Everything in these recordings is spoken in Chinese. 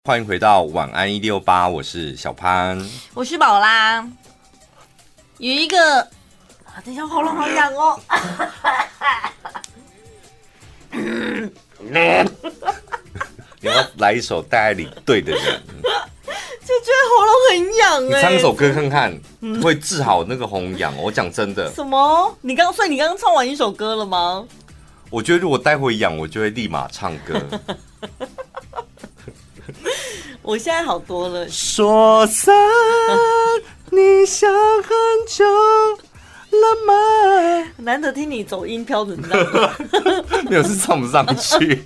欢迎回到晚安168，我是小潘， 我是宝拉。有一个，等一下喉咙好痒哦。 你要来一首戴爱领队的人， 就觉得喉咙很痒你唱一首歌看看，会治好那个喉咙痒。我讲真的。 什么？所以你刚刚唱完一首歌了吗？ 我觉得如果待会痒，我就会立马唱歌。 我现在好多了。 说散，你想很久了吗？ 难得听你走音标准这样。 没有，是唱不上去。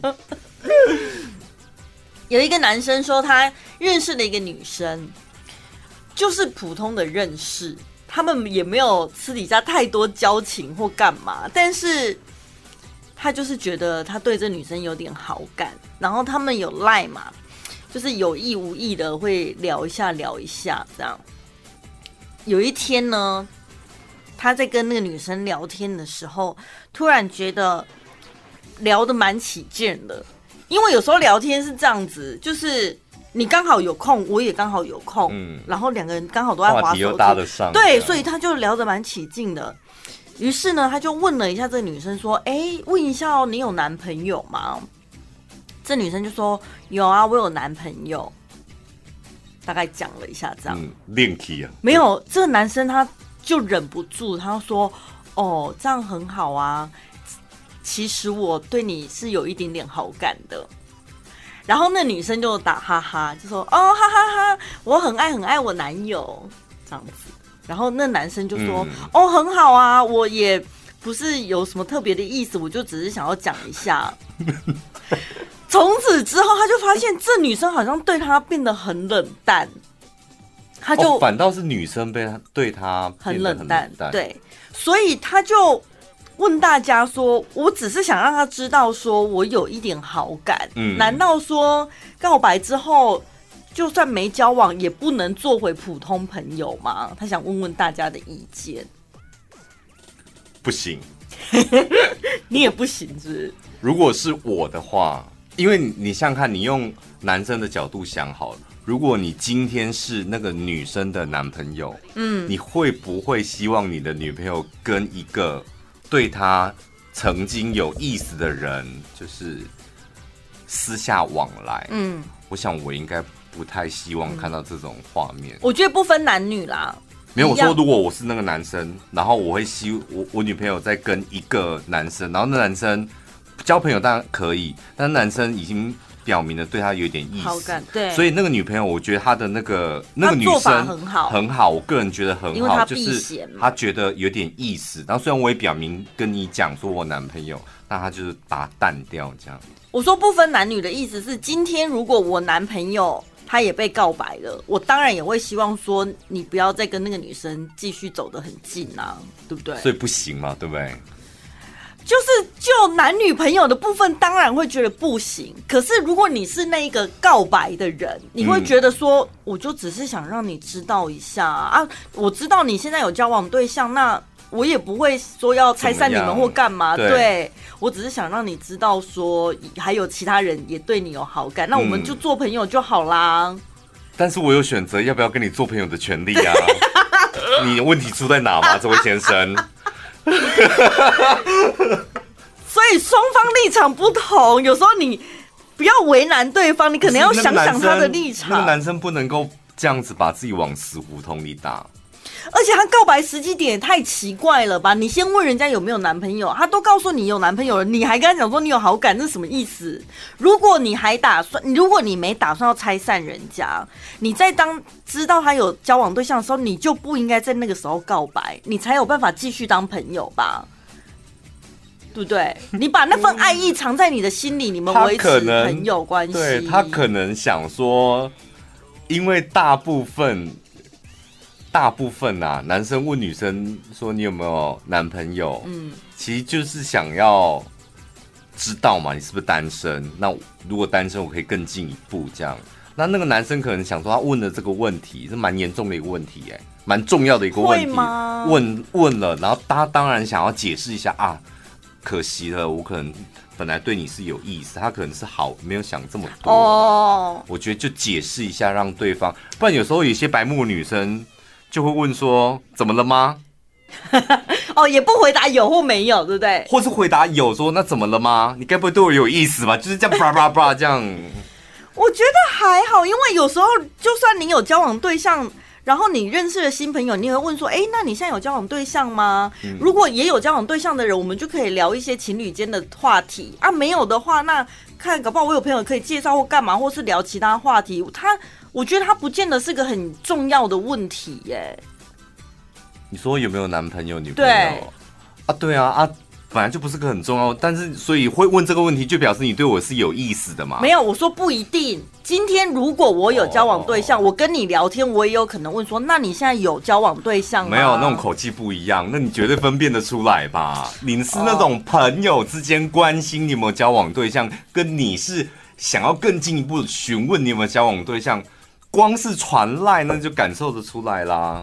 有一个男生说他认识了一个女生，就是普通的认识，他们也没有私底下太多交情或干嘛，但是他就是觉得他对这女生有点好感，然后他们有赖嘛，就是有意无意的会聊一下这样。有一天呢，他在跟那个女生聊天的时候，突然觉得聊得蛮起劲的。因为有时候聊天是这样子，就是你刚好有空，我也刚好有空，然后两个人刚好都在滑手机， 话题又搭得上， 对，所以他就聊得蛮起劲的。于是呢，他就问了一下这个女生说：“问一下哦，你有男朋友吗？”这女生就说：“有啊，我有男朋友。”大概讲了一下这样， 练气啊， 没有，这个男生他就忍不住，他说：“哦，这样很好啊。其实我对你是有一点点好感的。”然后那女生就打哈哈，就说：“哦，哈哈哈，我很爱我男友这样子。”然后那男生就说：“哦，很好啊，我也不是有什么特别的意思，我就只是想要讲一下。”从此之后，他就发现这女生好像对他变得很冷淡，他就、 反倒是女生对他很冷淡，对，所以他就问大家说：“我只是想让他知道，说我有一点好感。难道说告白之后，就算没交往，也不能做回普通朋友吗？”他想问问大家的意见。 不行， 你也不行，是不是？ 如果是我的话，因为你想想看，你用男生的角度想好了，如果你今天是那个女生的男朋友，你会不会希望你的女朋友跟一个对他曾经有意思的人，就是私下往来？我想我应该不太希望看到这种画面。 我觉得不分男女啦。 没有，我说如果我是那个男生，然后我会我女朋友在跟一个男生，然后那男生交朋友当然可以，但男生已经表明了对他有点意思， 好感，对， 所以那个女朋友，我觉得她的那个女生很好，我个人觉得很好， 因为她就是她觉得有点意思。然后虽然我也表明跟你讲说我男朋友，但她就是把它淡掉这样。 我说不分男女的意思是，今天如果我男朋友他也被告白了，我当然也会希望说你不要再跟那个女生继续走得很近啊，对不对？ 所以不行嘛，对不对？ 就男女朋友的部分，当然会觉得不行。可是如果你是那个告白的人，你会觉得说，我就只是想让你知道一下啊，我知道你现在有交往对象，那我也不会说要拆散你们或干嘛。对，我只是想让你知道说，还有其他人也对你有好感，那我们就做朋友就好啦。 但是我有选择要不要跟你做朋友的权利啊。你的问题出在哪吗，这位先生？ 所以双方立场不同，有时候你不要为难对方，你可能要想想他的立场。 那个男生不能够这样子把自己往死胡同里打。 而且他告白时机点也太奇怪了吧？你先问人家有没有男朋友，他都告诉你有男朋友了，你还跟他讲说你有好感，这是什么意思？如果你没打算要拆散人家，你在当知道他有交往对象的时候，你就不应该在那个时候告白，你才有办法继续当朋友吧？对不对？你把那份爱意藏在你的心里，你们维持朋友关系。 对，他可能想说，因为大部分啊，男生问女生说你有没有男朋友，其实就是想要知道嘛，你是不是单身？那如果单身，我可以更进一步这样。那个男生可能想说，他问的这个问题是蛮严重的一个问题，蛮重要的一个问题。问了，然后他当然想要解释一下啊。可惜了，我可能本来对你是有意思，他可能是好，没有想这么多。哦，我觉得就解释一下，让对方，不然有时候有些白目女生就会问说：“怎么了吗？” 哦，也不回答有或没有，对不对？ 或是回答有说：“那怎么了吗？你该不会对我有意思吧？”就是这样叭叭叭这样。 我觉得还好，因为有时候就算你有交往对象。然后你认识了新朋友，你也会问说：“哎，那你现在有交往对象吗？”如果也有交往对象的人，我们就可以聊一些情侣间的话题啊。没有的话，那看搞不好我有朋友可以介绍或干嘛，或是聊其他话题。我觉得他不见得是个很重要的问题耶。 你说有没有男朋友、女朋友？对啊，对啊，本来就不是个很重要，但是所以会问这个问题，就表示你对我是有意思的嘛？ 没有，我说不一定。今天如果我有交往对象，我跟你聊天，我也有可能问说：“那你现在有交往对象吗？” 没有，那种口气不一样，那你绝对分辨得出来吧？你是那种朋友之间关心你有没有交往对象，跟你是想要更进一步询问你有没有交往对象，光是传赖那就感受得出来啦。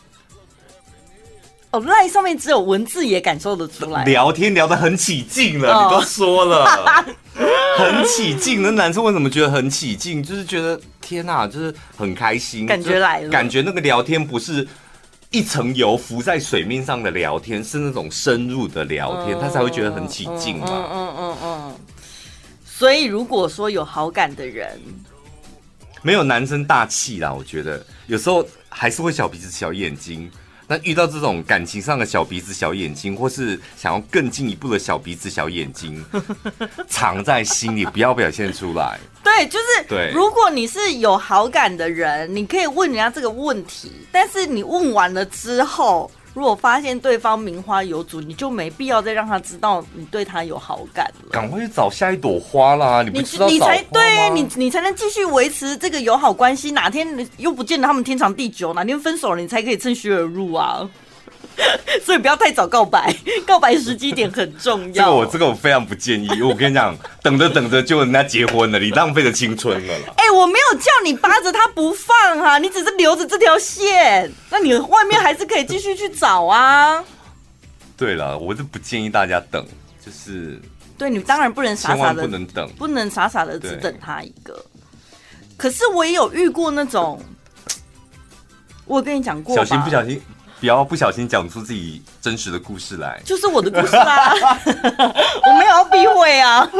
哦，赖上面只有文字也感受得出来， 聊天聊得很起劲了，你都说了，很起劲。那男生为什么觉得很起劲？就是觉得天哪，就是很开心， 感觉来了， 感觉那个聊天不是一层油浮在水面上的聊天，是那种深入的聊天，他才会觉得很起劲嘛。 所以如果说有好感的人， 没有男生大气啦，我觉得有时候还是会小鼻子小眼睛。那遇到这种感情上的小鼻子小眼睛，或是想要更进一步的小鼻子小眼睛，藏在心里，不要表现出来。 对，就是对。如果你是有好感的人，你可以问人家这个问题，但是你问完了之后，如果发现对方名花有主，你就没必要再让他知道你对他有好感了。 赶快去找下一朵花啦！你不知道找花吗？ 对，你才能继续维持这个友好关系。哪天又不见得他们天长地久，哪天分手了，你才可以趁虚而入啊！所以不要太早告白，告白时机点很重要。 这个我非常不建议，因为我跟你讲，等着就人家结婚了，你浪费了青春了啦。 我没有叫你扒着他不放啊，你只是留着这条线，那你外面还是可以继续去找啊。 对了，我是不建议大家等，就是对你当然不能傻傻的， 千万不能等， 不能傻傻的只等他一个。可是我也有遇过那种，我有跟你讲过吧， 小心不小心。不要不小心讲出自己真实的故事来， 就是我的故事啦。我没有要避讳啊。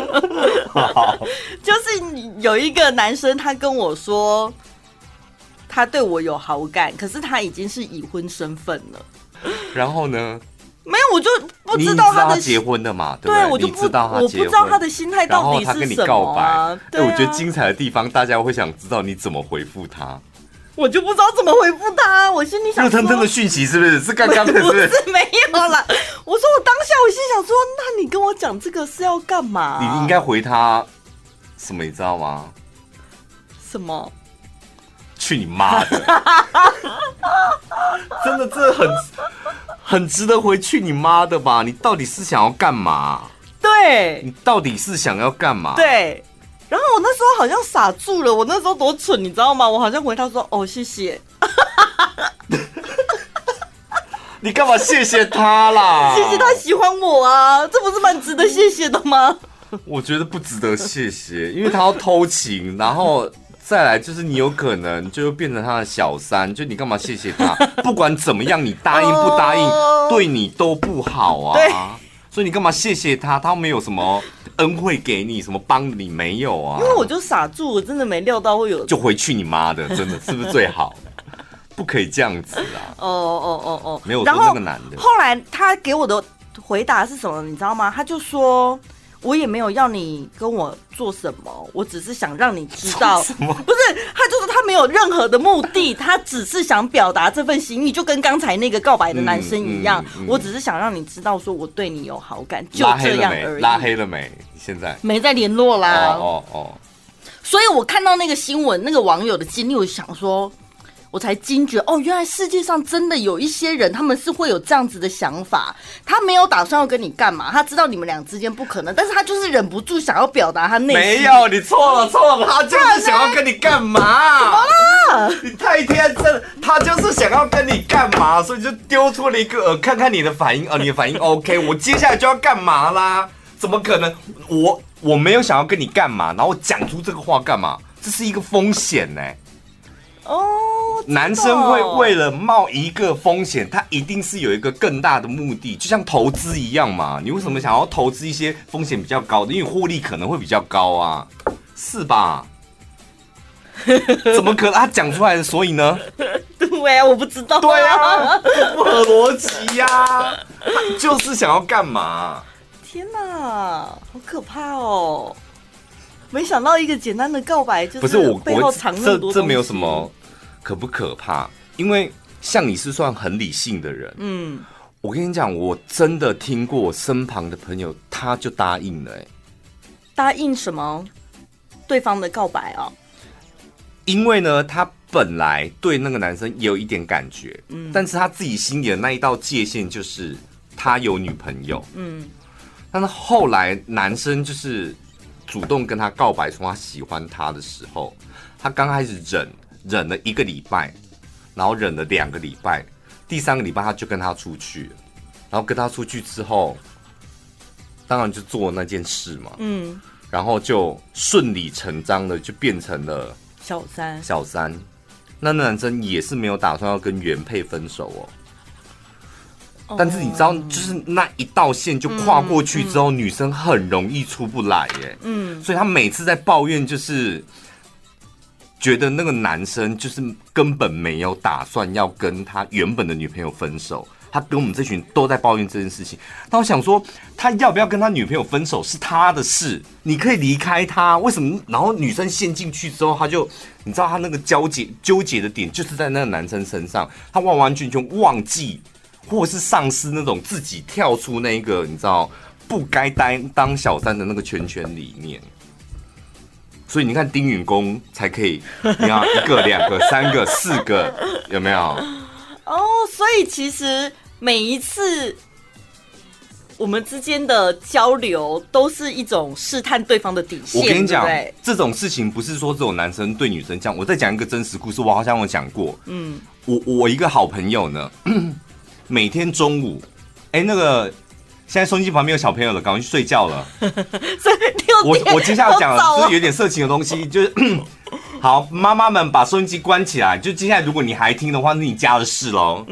就是有一个男生，他跟我说，他对我有好感，可是他已经是已婚身份了。 然后呢？ 没有，我就不知道他的结婚的嘛，对不对？ 我就不知道他结婚，我不知道他的心态到底是什么。然后他跟你告白， 我觉得精彩的地方，大家会想知道你怎么回复他。 我就不知道怎么回复他，我心里想说， 热腾腾的讯息是不是？是刚刚的，是不是？ 没有啦。我说我当下我心想说，那你跟我讲这个是要干嘛？ 你应该回他什么？你知道吗？ 什么？ 去你妈的！真的很值得回去你妈的吧？你到底是想要干嘛？ 对， 你到底是想要干嘛？ 对。然后我那时候好像傻住了，我那时候多蠢，你知道吗？我好像回他说：“哦，谢谢。” 你干嘛谢谢他啦？ 谢谢他喜欢我啊，这不是蛮值得谢谢的吗？ 我觉得不值得谢谢，因为他要偷情，然后再来就是你有可能就变成他的小三，就你干嘛谢谢他？不管怎么样，你答应不答应，对你都不好啊。对，所以你干嘛谢谢他？他没有什么恩惠给你，什么帮你没有啊？ 因为我就傻住，我真的没料到会有， 就回去你妈的，真的是不是最好？不可以这样子啊！没有说那个男的。 后来他给我的回答是什么？你知道吗？他就说。我也没有要你跟我做什么，我只是想让你知道， 什么？ 不是，他就是他没有任何的目的，他只是想表达这份心意，就跟刚才那个告白的男生一样。我只是想让你知道，说我对你有好感，就这样而已。 拉黑了没？现在没再联络啦。所以我看到那个新闻，那个网友的经历，我想说。我才惊觉哦，原来世界上真的有一些人，他们是会有这样子的想法。他没有打算要跟你干嘛，他知道你们俩之间不可能，但是他就是忍不住想要表达他内心。 没有，你错了，他就是想要跟你干嘛？怎么了？你太天真了，他就是想要跟你干嘛，所以就丢出了一个看看你的反应，你的反应 OK， 我接下来就要干嘛啦？ 怎么可能？我没有想要跟你干嘛，然后我讲出这个话干嘛？这是一个风险呢。男生会为了冒一个风险，他一定是有一个更大的目的，就像投资一样嘛。你为什么想要投资一些风险比较高的？因为获利可能会比较高啊，是吧？怎么可能？他讲出来的，所以呢？ 对啊，我不知道。 对啊，不合逻辑呀！他就是想要干嘛？ 天哪，好可怕哦！没想到一个简单的告白就是背后藏那么多东西。 这没有什么可不可怕，因为像你是算很理性的人，我跟你讲，我真的听过我身旁的朋友，他就答应了， 答应什么？对方的告白啊？ 因为呢，他本来对那个男生有一点感觉，但是他自己心里的那一道界限就是他有女朋友，但是后来男生就是主动跟他告白说他喜欢他的时候，他刚开始忍了1个礼拜，然后忍了2个礼拜，第3个礼拜他就跟他出去了，然后跟他出去之后，当然就做那件事嘛，然后就顺理成章的就变成了小三。那男生也是没有打算要跟原配分手哦，但是你知道，就是那一道线就跨过去之后，女生很容易出不来耶。所以他每次在抱怨，就是觉得那个男生就是根本没有打算要跟他原本的女朋友分手。他跟我们这群都在抱怨这件事情。那我想说，他要不要跟他女朋友分手是他的事，你可以离开他，为什么？然后女生陷进去之后，他就你知道他那个纠结的点就是在那个男生身上，他完完全全忘记。或者是丧失那种自己跳出那个你知道不该当小三的那个圈圈里面，所以你看丁允恭才可以，你看1个、2个、3个、4个，有没有？ 所以其实每一次我们之间的交流都是一种试探对方的底线。 我跟你讲， 对对这种事情不是说只有男生对女生这样。我再讲一个真实故事，我好像有讲过。我一个好朋友呢。每天中午，那个现在收音机旁边有小朋友了，赶快去睡觉了。 所以我接下来讲的是有点色情的东西，就是好，妈妈们把收音机关起来。就接下来如果你还听的话，是你家的事喽。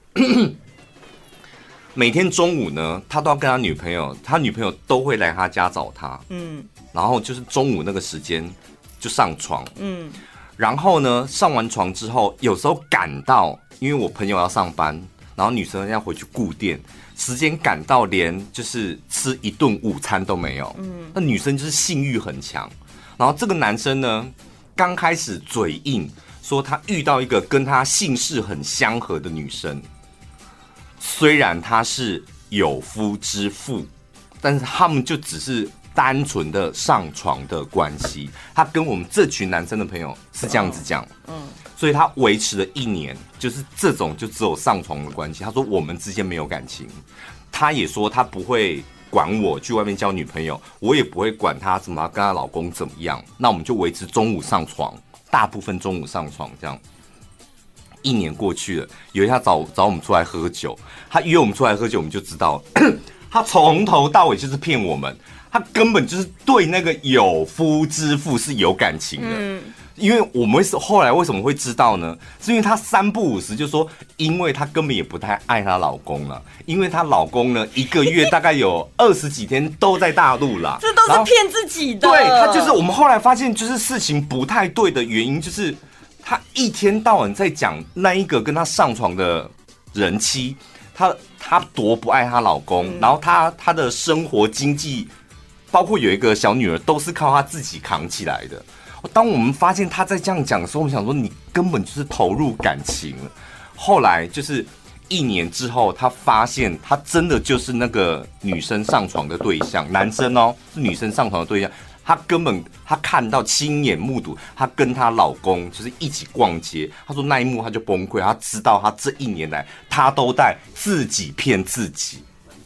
每天中午呢，他都要跟他女朋友都会来他家找他。然后就是中午那个时间就上床。然后呢，上完床之后，有时候赶到，因为我朋友要上班。然后女生要回去顾店，时间赶到连就是吃一顿午餐都没有。那女生就是性欲很强。然后这个男生呢，刚开始嘴硬说他遇到一个跟他姓氏很相合的女生，虽然他是有夫之妇，但是他们就只是单纯的上床的关系。他跟我们这群男生的朋友是这样子讲。所以他维持了1年，就是这种就只有上床的关系。他说我们之间没有感情，他也说他不会管我去外面交女朋友，我也不会管他怎么跟她老公怎么样。那我们就维持中午上床，大部分中午上床这样。1年过去了，有一天他找我们出来喝酒，他约我们出来喝酒，我们就知道他从头到尾就是骗我们，他根本就是对那个有夫之妇是有感情的。因为我们后来为什么会知道呢？是因为她3不5时就说，因为她根本也不太爱她老公了，因为她老公呢1个月大概有20几天都在大陆啦， 这都是骗自己的。 对，他就是我们后来发现，就是事情不太对的原因，就是他一天到晚在讲那一个跟他上床的人妻，他多不爱她老公，然后他的生活经济，包括有一个小女儿，都是靠他自己扛起来的。当我们发现他在这样讲的时候，我们想说你根本就是投入感情了。后来就是1年之后，他发现他真的就是那个女生上床的对象，男生是女生上床的对象。他看到亲眼目睹他跟她老公就是一起逛街，他说那一幕他就崩溃，他知道他这1年来他都在自己骗自己。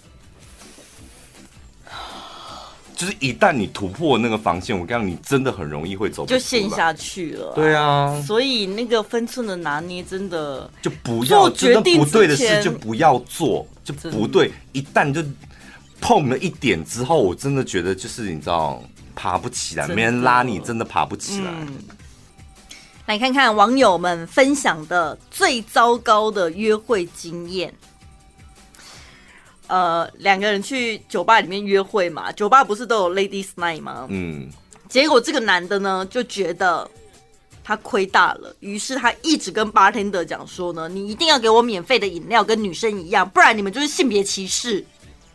就是一旦你突破那个防线，我跟你讲，你真的很容易会走不出来， 就陷下去了。 对啊， 所以那个分寸的拿捏，真的就不要做决定不对的事就不要做，就不对。一旦就碰了一点之后，我真的觉得就是你知道爬不起来，没人拉你，真的爬不起来。 来看看网友们分享的最糟糕的约会经验。2个人去酒吧里面约会嘛，酒吧不是都有 Ladies Night 吗？结果这个男的呢就觉得他亏大了，于是他一直跟 bartender 讲说呢，你一定要给我免费的饮料，跟女生一样，不然你们就是性别歧视。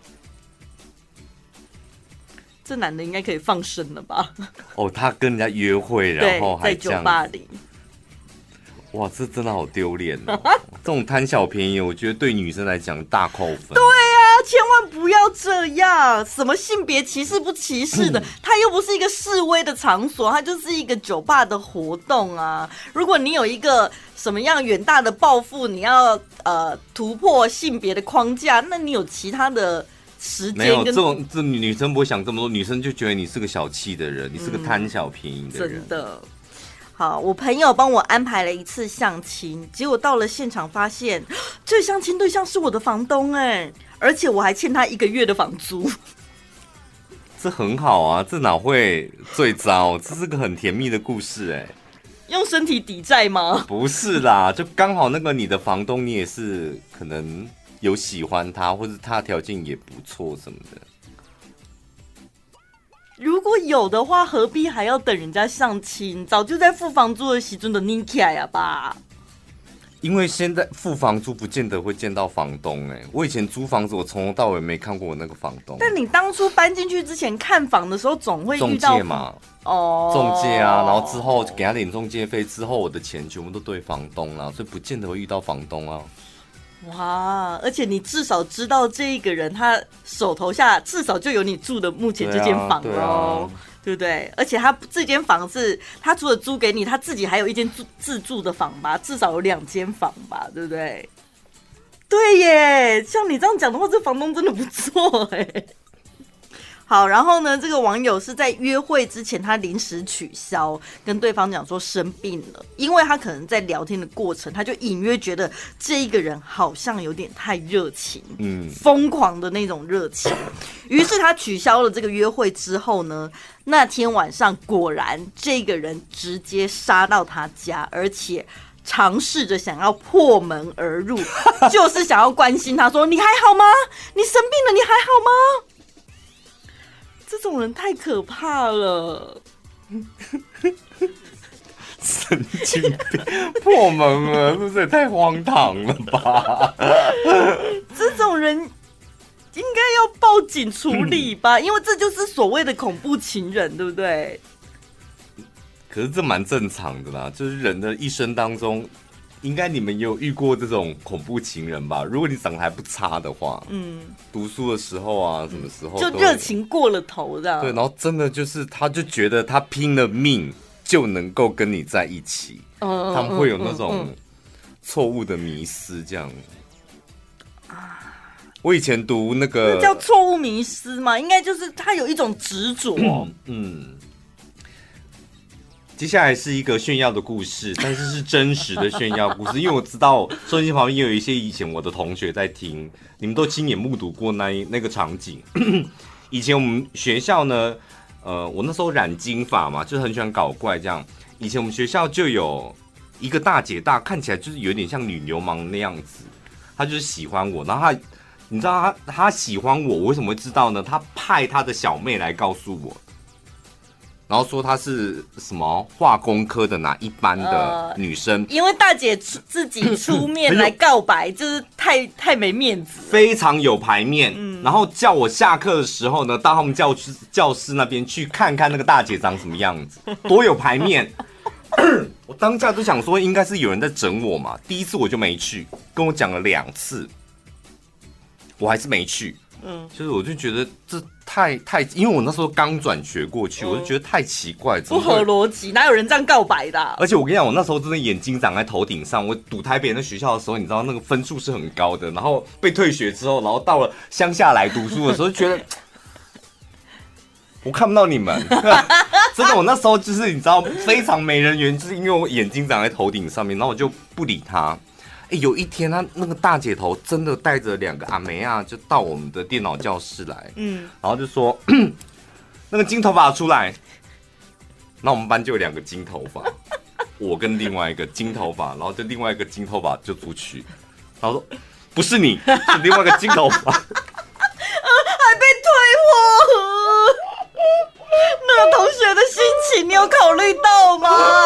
这男的应该可以放生了吧？ 他跟人家约会，然后还在酒吧里。 哇，这真的好丢脸哦！这种贪小便宜，我觉得对女生来讲大扣分。 对啊，千万不要这样！什么性别歧视不歧视的？它又不是一个示威的场所，它就是一个酒吧的活动啊！如果你有一个什么样远大的抱负，你要突破性别的框架，那你有其他的时间。没有这女生不会想这么多，女生就觉得你是个小气的人，你是个贪小便宜的人。 真的。好，我朋友帮我安排了一次相亲，结果到了现场发现，这相亲对象是我的房东而且我还欠他1个月的房租。 这很好啊，这哪会最糟？这是个很甜蜜的故事用身体抵债吗？ 不是啦，就刚好那个你的房东，你也是可能有喜欢他，或者他条件也不错什么的。 如果有的话，何必还要等人家相亲？早就在付房租的时阵的拧起来吧。 因为现在付房租不见得会见到房东我以前租房子，我从头到尾没看过我那个房东。 但你当初搬进去之前看房的时候，总会遇到中介嘛？中介啊，然后之后给他领中介费，之后我的钱全部都对房东啦，所以不见得会遇到房东啊。 哇！而且你至少知道这一个人，他手头下至少就有你住的目前这间房咯，对不对？而且他这间房是他除了租给你，他自己还有一间自住的房吧，至少有2间房吧，对不对？对耶，像你这样讲的话，这房东真的不错好，然后呢，这个网友是在约会之前，他临时取消，跟对方讲说生病了，因为他可能在聊天的过程，他就隐约觉得这一个人好像有点太热情，疯狂的那种热情。于是他取消了这个约会之后呢，那天晚上果然这个人直接杀到他家，而且尝试着想要破门而入，就是想要关心他说：“你还好吗？你生病了，你还好吗？”这种人太可怕了， 神经病！破门了，是不是也太荒唐了吧？ 这种人应该要报警处理吧，因为这就是所谓的恐怖情人，对不对？ 可是这蛮正常的啦，就是人的一生当中，应该你们也有遇过这种恐怖情人吧？如果你长得还不差的话，读书的时候啊，什么时候就热情过了头这样。 对，然后真的就是他就觉得他拼了命就能够跟你在一起，他们会有那种错误的迷思这样。我以前读那叫错误迷思嘛，应该就是他有一种执着。 接下来是一个炫耀的故事，但是是真实的炫耀故事，因为我知道收音机旁边也有一些以前我的同学在听，你们都亲眼目睹过那个场景。以前我们学校呢，我那时候染金发嘛，就是很喜欢搞怪这样。以前我们学校就有一个大姐大，看起来就是有点像女流氓那样子，她就是喜欢我，然后你知道她喜欢我为什么会知道呢？她派她的小妹来告诉我。然后说她是什么化工科的哪一班的女生， 因为大姐自己出面来告白，就是太没面子， 非常有排面。然后叫我下课的时候呢，到他们教室那边去看看那个大姐长什么样子，多有排面。我当下就想说，应该是有人在整我嘛。第一次我就没去，跟我讲了2次，我还是没去。就是我就觉得这太，因为我那时候刚转学过去，我就觉得太奇怪， 不合逻辑，哪有人这样告白的而且我跟你讲，我那时候真的眼睛长在头顶上。我读台北那学校的时候，你知道那个分数是很高的，然后被退学之后，然后到了乡下来读书的时候，觉得我看不到你们。真的，我那时候就是你知道非常没人缘，就是因为我眼睛长在头顶上面，然后我就不理他。 有一天他那个大姐头真的带着2个阿梅啊，就到我们的电脑教室来，然后就说那个金头发出来，那我们班就有2个金头发，我跟另外一个金头发，然后就另外一个金头发就出去，然后说不是你，是另外一个金头发，还被退货。那个同学的心情，你有考虑到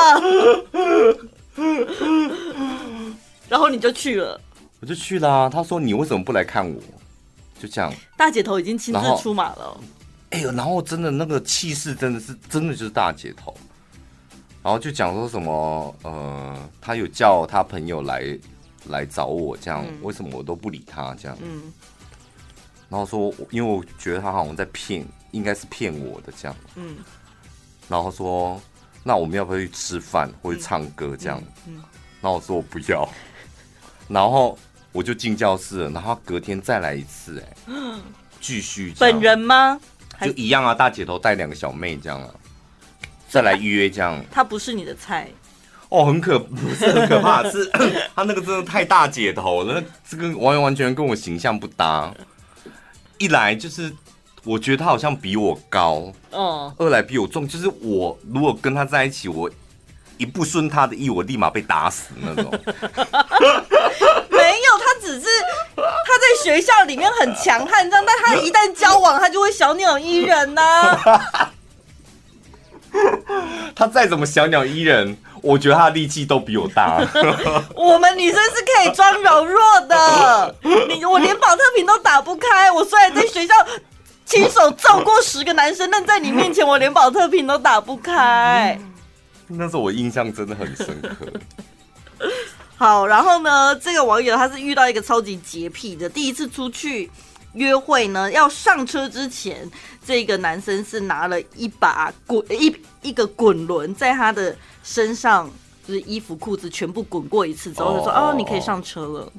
吗？然后你就去了， 我就去啦。他说你为什么不来看我？就这样， 大姐头已经亲自出马了。 然后真的那个气势真的就是大姐头，然后就讲说什么他有叫他朋友来找我，这样为什么我都不理他这样？然后说因为我觉得他好像在应该是骗我的这样。然后说那我们要不要去吃饭或者唱歌这样？然后我说我不要，然后我就进教室了，然后隔天再来一次，继续这样。 本人吗？ 就一样啊，大姐头带2个小妹这样啊，再来约这样。 他不是你的菜不是很可怕，是他那个真的太大姐头了，这个完全跟我形象不搭。一来就是我觉得他好像比我高，二来比我重，就是我如果跟他在一起，我一不顺他的意，我立马被打死那种。 没有，他只是他在学校里面很强悍这样，但他一旦交往，他就会小鸟依人啊。 他再怎么小鸟依人，我觉得他的力气都比我大。 我们女生是可以装柔弱的，我连保特瓶都打不开。我虽然在学校亲手揍过10个男生，但在你面前我连保特瓶都打不开。 那时候我印象真的很深刻。 好，然后呢，这个网友他是遇到一个超级洁癖的，第一次出去约会呢，要上车之前，这个男生是拿了一个滚轮在他的身上，就是衣服裤子全部滚过一次之后，就说你可以上车了。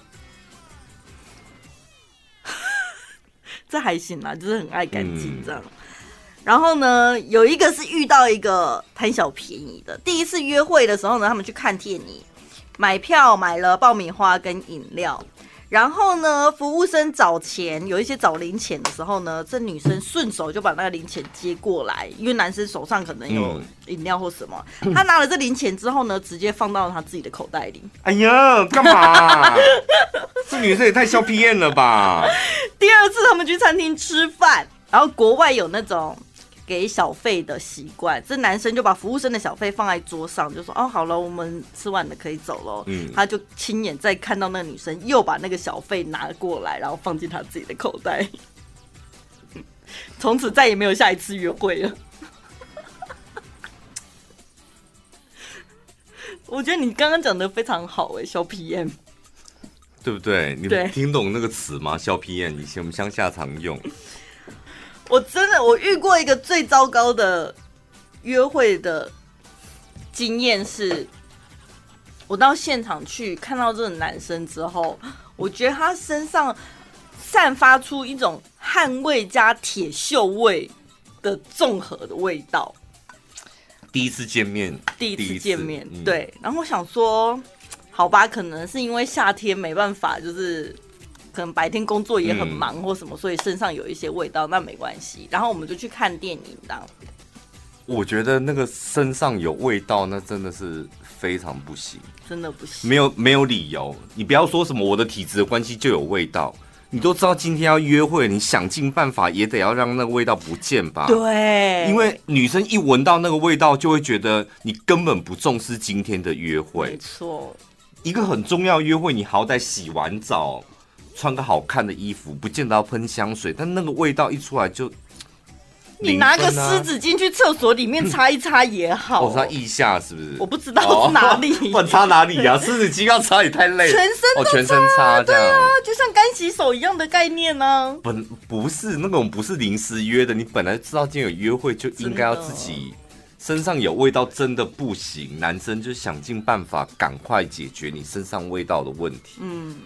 这还行啦，就是很爱干净这样。然后呢，有一个是遇到一个贪小便宜的，第一次约会的时候呢，他们去看电影，买票买了爆米花跟饮料。然后呢，服务生找钱，有一些找零钱的时候呢，这女生顺手就把那个零钱接过来，因为男生手上可能有饮料或什么，他拿了这零钱之后呢，直接放到他自己的口袋里。 哎呀，干嘛？这女生也太小屁眼了吧！ 第二次他们去餐厅吃饭，然后国外有那种给小费的习惯，这男生就把服务生的小费放在桌上，就说好了，我们吃完了可以走了。他就亲眼再看到那个女生又把那个小费拿过来，然后放进他自己的口袋，从此再也没有下一次约会了。我觉得你刚刚讲的非常好小 PM， 对不对？你听懂那个词吗？小 PM 以前我们乡下常用。 我遇过一个最糟糕的约会的经验是，我到现场去看到这个男生之后，我觉得他身上散发出一种汗味加铁锈味的综合的味道。 第一次见面， 对。然后我想说，好吧，可能是因为夏天没办法，就是可能白天工作也很忙或什么，所以身上有一些味道，那没关系。然后我们就去看电影的。 我觉得那个身上有味道，那真的是非常不行， 真的不行， 没有理由。你不要说什么我的体质的关系就有味道，你都知道今天要约会，你想尽办法也得要让那个味道不见吧？ 对， 因为女生一闻到那个味道，就会觉得你根本不重视今天的约会。 没错， 一个很重要的约会，你好歹洗完澡，穿个好看的衣服，不见得要喷香水，但那个味道一出来就。 你拿个湿纸巾去厕所里面擦一擦也好。 擦腋下是不是？ 我不知道是哪里。 不然擦哪里啊？湿纸巾要擦也太累了。 全身都擦， 全身擦这样。 对啊，就像干洗手一样的概念呢。 不是那种不是临时约的，你本来知道今天有约会就应该要自己身上有味道，真的不行。男生就想尽办法赶快解决你身上味道的问题。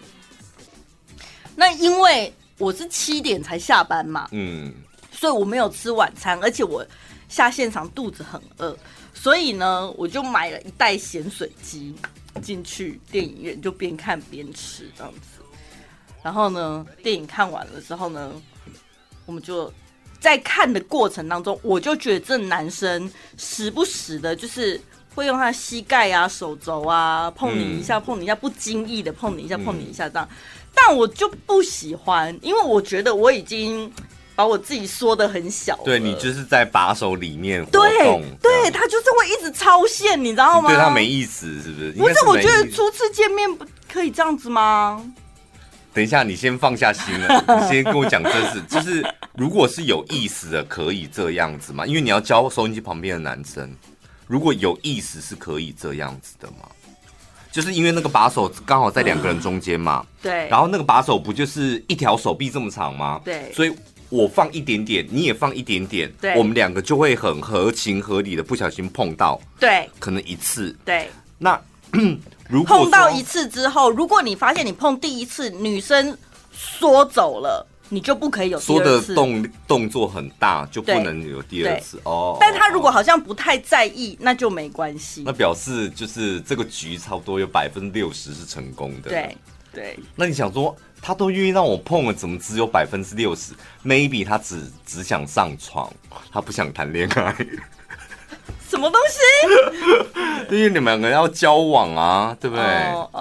那因为我是7点才下班嘛。所以我没有吃晚餐，而且我下现场肚子很饿，所以呢，我就买了一袋咸水鸡。 进去电影院，就边看边吃这样子。然后呢，电影看完了之后呢，我们就在看的过程当中，我就觉得这男生时不时的，就是会用他的膝盖啊、手肘啊碰你一下、碰你一下，不经意的碰你一下、碰你一下这样。但我就不喜欢，因为我觉得我已经把我自己缩得很小了。 对，你就是在把手里面活动。 对，他就是会一直超线，你知道吗？ 对他没意思，是不是？ 不是，我觉得初次见面不可以这样子吗？ 等一下，你先放下心了，你先跟我讲这事。就是如果是有意思的，可以这样子吗？因为你要教收音机旁边的男生，如果有意思是可以这样子的吗？就是因为那个把手刚好在两个人中间嘛， 对。 然后那个把手不就是一条手臂这么长吗？ 对。 所以我放一点点，你也放一点点， 对， 我们两个就会很合情合理的不小心碰到， 对， 可能一次， 对。 那如果碰到一次之后，如果你发现你碰第一次女生缩走了，你就不可以有第二次。 缩的动作很大，就不能有第二次哦。 但他如果好像不太在意，那就没关系。 那表示就是这个局差不多有60%是成功的。 对。 那你想说，他都愿意让我碰了，怎么只有60%？Maybe 他只想上床，他不想谈恋爱。 什么东西？ 因为你们两个要交往啊，对不对？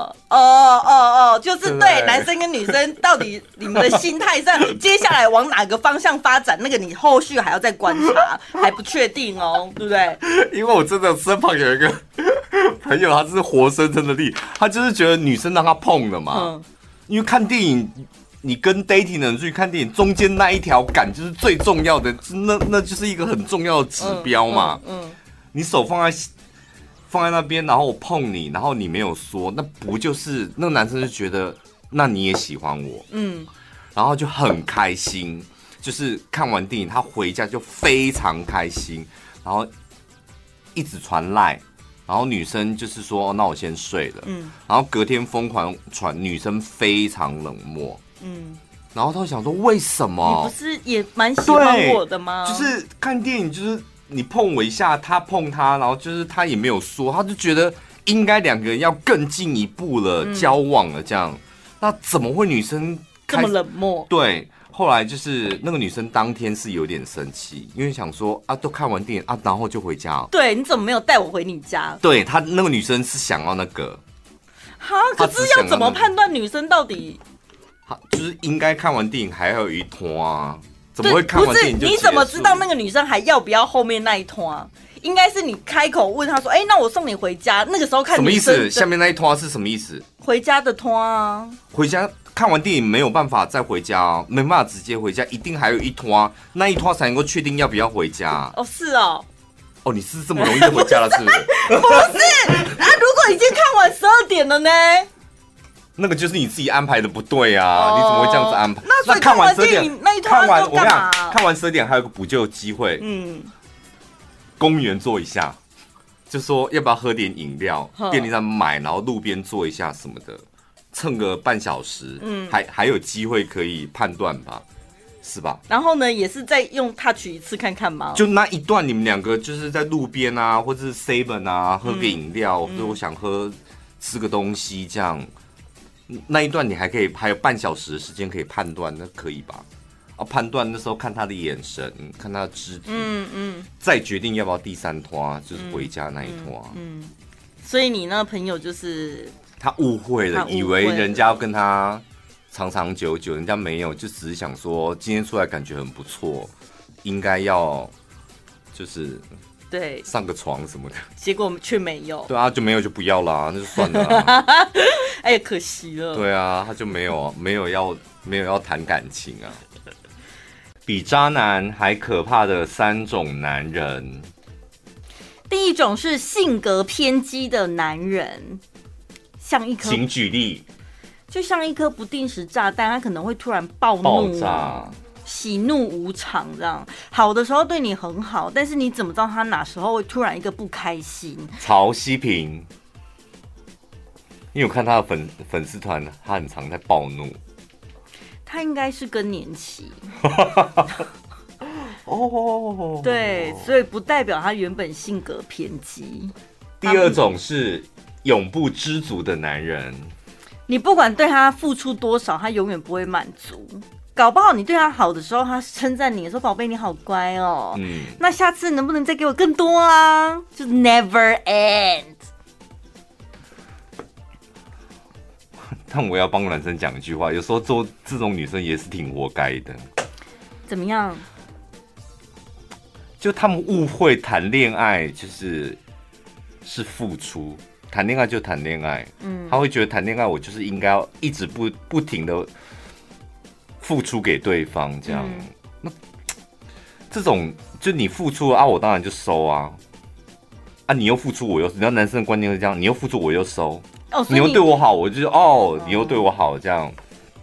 就是对男生跟女生到底你们的心态上，接下来往哪个方向发展，那个你后续还要再观察，还不确定哦，对不对？ 因为我真的身旁有一个朋友，他是活生生的例，他就是觉得女生让他碰了嘛，因为看电影。你跟 dating 的人出去看电影，中间那一条杆就是最重要的，那就是一个很重要的指标嘛。你手放在那边，然后我碰你，然后你没有说，那不就是那个男生就觉得那你也喜欢我，然后就很开心，就是看完电影他回家就非常开心，然后一直传赖。然后女生就是说，那我先睡了。然后隔天疯狂传，女生非常冷漠。然后他想说，为什么？ 你不是也蛮喜欢我的吗？ 就是看电影，就是你碰我一下，他碰他，然后就是他也没有说，他就觉得应该两个人要更进一步了，交往了这样。那怎么会女生这么冷漠？ 对。后来就是那个女生当天是有点生气，因为想说啊，都看完电影啊，然后就回家。 对，你怎么没有带我回你家？ 对，她那个女生是想要那个。 哈，可是要怎么判断女生到底？ 就是应该看完电影还要有一拖啊，怎么会看完电影就结束？ 你怎么知道那个女生还要不要后面那一拖啊？应该是你开口问她说：“哎，那我送你回家。”那个时候看什么意思？下面那一拖是什么意思？ 回家的拖啊， 回家。看完电影没有办法再回家啊，没办法直接回家，一定还有一拖啊，那一拖才能够确定要不要回家啊。 哦，是哦。 哦，你是这么容易就回家了，是不是？ 不是啊，如果已经看完12点了呢？ 那个就是你自己安排的不对啊，你怎么会这样子安排？ 那看完12点那一拖要干嘛？ 看完12点还有个补救机会，公园坐一下，就说要不要喝点饮料，便利店买，然后路边坐一下什么的。蹭个半小时，还有机会可以判断吧，是吧？ 然后呢，也是再用 touch 一次看看吗？ 就那一段，你们两个就是在路边啊，或者是 7 啊，喝个饮料，或者我想吃个东西这样。那一段你还有半小时的时间可以判断，那可以吧？判断那时候看他的眼神，看他的肢体，再决定要不要第三拖，就是回家那一拖。 所以你那个朋友就是。 他误会了，以为人家要跟他长长久久，人家没有，就只是想说今天出来感觉很不错，应该要就是对上个床什么的， 结果却没有。 对啊，就没有就不要啦，那就算了啦。 哎呀，可惜了。 对啊，他就没有要谈感情啊。比渣男还可怕的3种男人。 第一种是性格偏激的男人。像一颗， 请举例。 就像一颗不定时炸弹，他可能会突然爆炸， 喜怒无常这样。好的时候对你很好，但是你怎么知道他哪时候会突然一个不开心？ 曹希平，因为我看他的粉丝团，他很常在暴怒。 他应该是更年期。 哦， 对，所以不代表他原本性格偏激。 第二种是永不知足的男人。 你不管对他付出多少，他永远不会满足。搞不好你对他好的时候，他称赞你说：“宝贝，你好乖哦。”那下次能不能再给我更多啊？就是 never end。 但我要帮男生讲一句话，有时候做这种女生也是挺活该的。 怎么样？ 就他们误会谈恋爱是付出，谈恋爱就谈恋爱。他会觉得谈恋爱我就是应该要一直不停的付出给对方，这样。那这种就你付出啊，我当然就收啊。啊，你又付出我又，你知道男生的观念是这样，你又付出我又收。你又对我好，我就你又对我好这样。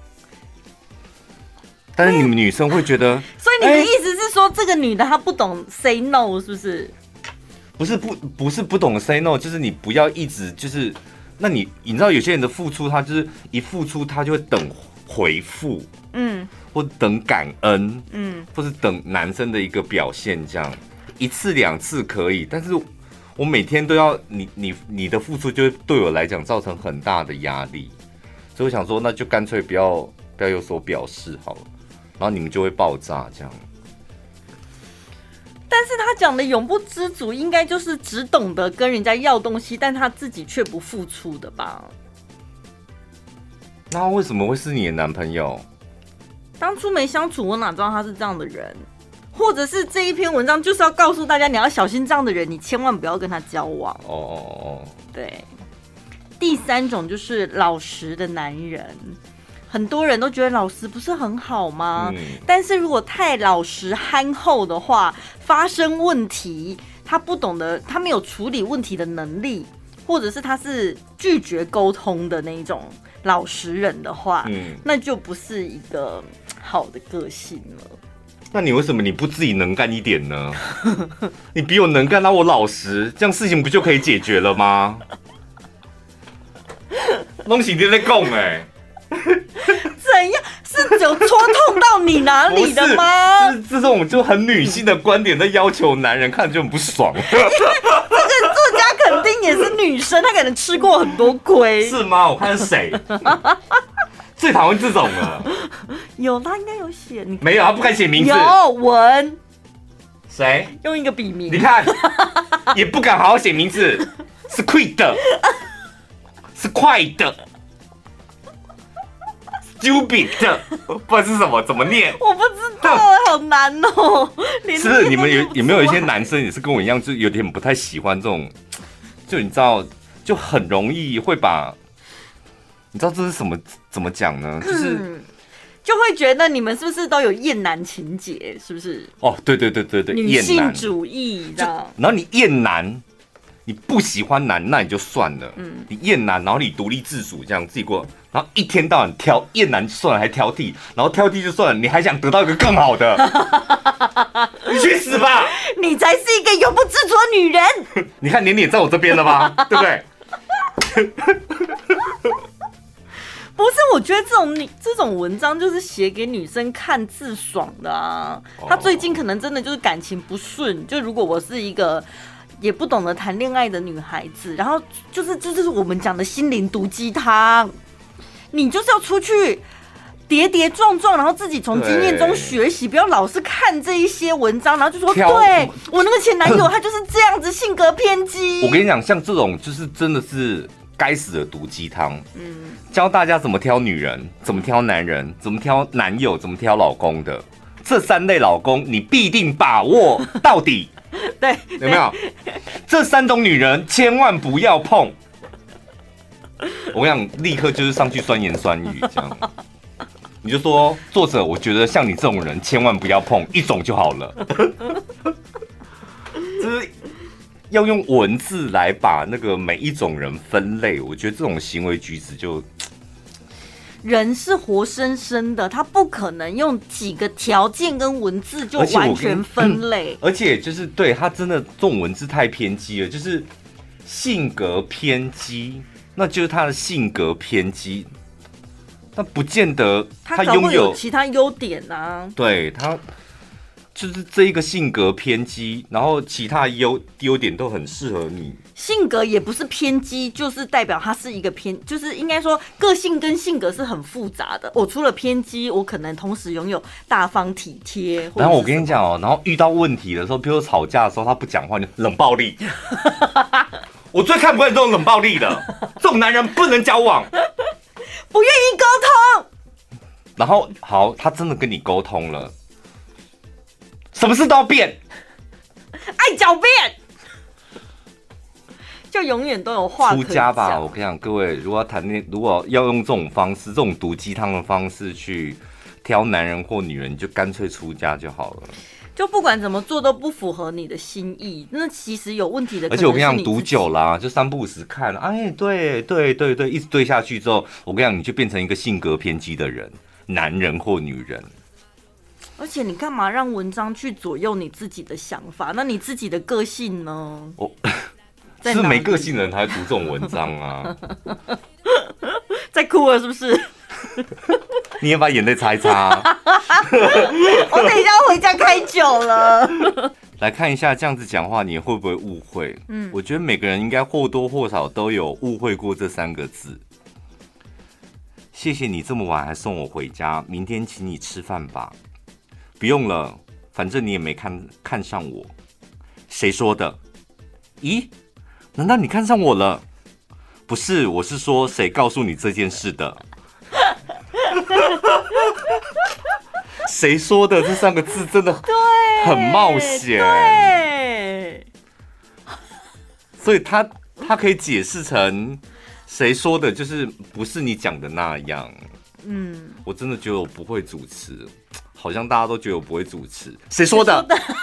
但是你们女生会觉得， 所以你的意思是说，这个女的她不懂 say no 是不是？ 不是不懂 say no， 就是你不要一直就是，那你知道有些人的付出，他就是一付出他就会等回复，或等感恩，或是等男生的一个表现，这样一次两次可以，但是我每天都要你的付出，就会对我来讲造成很大的压力，所以我想说，那就干脆不要有所表示好了，然后你们就会爆炸这样。 但是他讲的永不知足，应该就是只懂得跟人家要东西，但他自己却不付出的吧？ 那为什么会是你的男朋友？ 当初没相处，我哪知道他是这样的人？或者是这一篇文章就是要告诉大家，你要小心这样的人，你千万不要跟他交往。对。第三种就是老实的男人，很多人都觉得老实不是很好吗？但是如果太老实憨厚的话，发生问题，他不懂得，他没有处理问题的能力，或者是他是拒绝沟通的那一种老实人的话，那就不是一个好的个性了。 那你为什么你不自己能干一点呢？你比我能干，那我老实，这样事情不就可以解决了吗？东西你在讲哎， 怎样？是有戳痛到你哪里的吗？ 是这种就很女性的观点在要求男人，看着就很不爽。 这个作家肯定也是女生，她可能吃过很多亏， 是吗？我看是谁？最讨厌这种了。 有，他应该有写。 没有，他不敢写名字。 有文。 谁？ 用一个笔名。 你看，也不敢好好写名字，是快的，是快的 ，stupid 的，不知道是什么，怎么念？ 我不知道，好难哦。 是不是你们有没有一些男生也是跟我一样，就有点不太喜欢这种，就你知道，就很容易会把。你知道这是什么？怎么讲呢？ 就会觉得你们是不是都有厌男情节？是不是？ 哦，对， 女性主义这样。 然后你厌男，你不喜欢男，那你就算了。你厌男，然后你独立自主这样自己过，然后一天到晚挑厌男算了，还挑剔，然后挑剔就算了，你还想得到一个更好的，你去死吧！ 你才是一个永不知足的女人。 你看你脸在我这边了吧？对不对？ 不是，我觉得这种文章就是写给女生看自爽的啊。她最近可能真的就是感情不顺，就如果我是一个也不懂得谈恋爱的女孩子，然后这就是我们讲的心灵毒鸡汤，你就是要出去跌跌撞撞，然后自己从经验中学习，不要老是看这一些文章，然后就说对我那个前男友他就是这样子，性格偏激。 我跟你讲，像这种就是真的是该死的毒鸡汤，教大家怎么挑女人，怎么挑男人，怎么挑男友，怎么挑老公的。这3类老公你必定把握到底。 对， 有没有？这3种女人千万不要碰。我跟你讲，立刻就是上去酸言酸语这样。你就说作者，我觉得像你这种人千万不要碰一种就好了。就是要用文字来把那个每一种人分类，我觉得这种行为举止就人是活生生的，他不可能用几个条件跟文字就完全分类。 而且就是对他真的这种文字太偏激了，就是性格偏激，那就是他的性格偏激，那不见得他拥有其他优点啊。 对他。 就是这一个性格偏激，然后其他优点都很适合你。 性格也不是偏激，就是代表他是一个就是应该说个性跟性格是很复杂的。我除了偏激，我可能同时拥有大方体贴。 然后我跟你讲哦，然后遇到问题的时候，比如吵架的时候，他不讲话，就冷暴力。我最看不惯这种冷暴力的，这种男人不能交往， 不愿意沟通。 然后好，他真的跟你沟通了，什么事都要变， 爱狡辩。就永远都有话可以讲。 出家吧，我跟你讲，各位，如果要用这种方式，这种毒鸡汤的方式去挑男人或女人，你就干脆出家就好了。 就不管怎么做都不符合你的心意，那其实有问题的可能是你自己。 而且我跟你讲，读久啦，就3不5时看，哎，对，一直对下去之后，我跟你讲，你就变成一个性格偏激的人，男人或女人。 而且你干嘛让文章去左右你自己的想法？那你自己的个性呢？是没个性的人才会读这种文章啊！ 在哭了是不是？ 你也把眼泪擦一擦。 我等一下要回家开酒了。 来看一下，这样子讲话你会不会误会？我觉得每个人应该或多或少都有误会过这3个字。谢谢你这么晚还送我回家，明天请你吃饭吧。不用了，反正你也没看上我。谁说的？咦？难道你看上我了？不是，我是说谁告诉你这件事的？谁说的？这3个字真的很冒险。 对， 所以他可以解释成谁说的，就是不是你讲的那样。我真的觉得我不会主持，好像大家都觉得我不会主持。谁说的？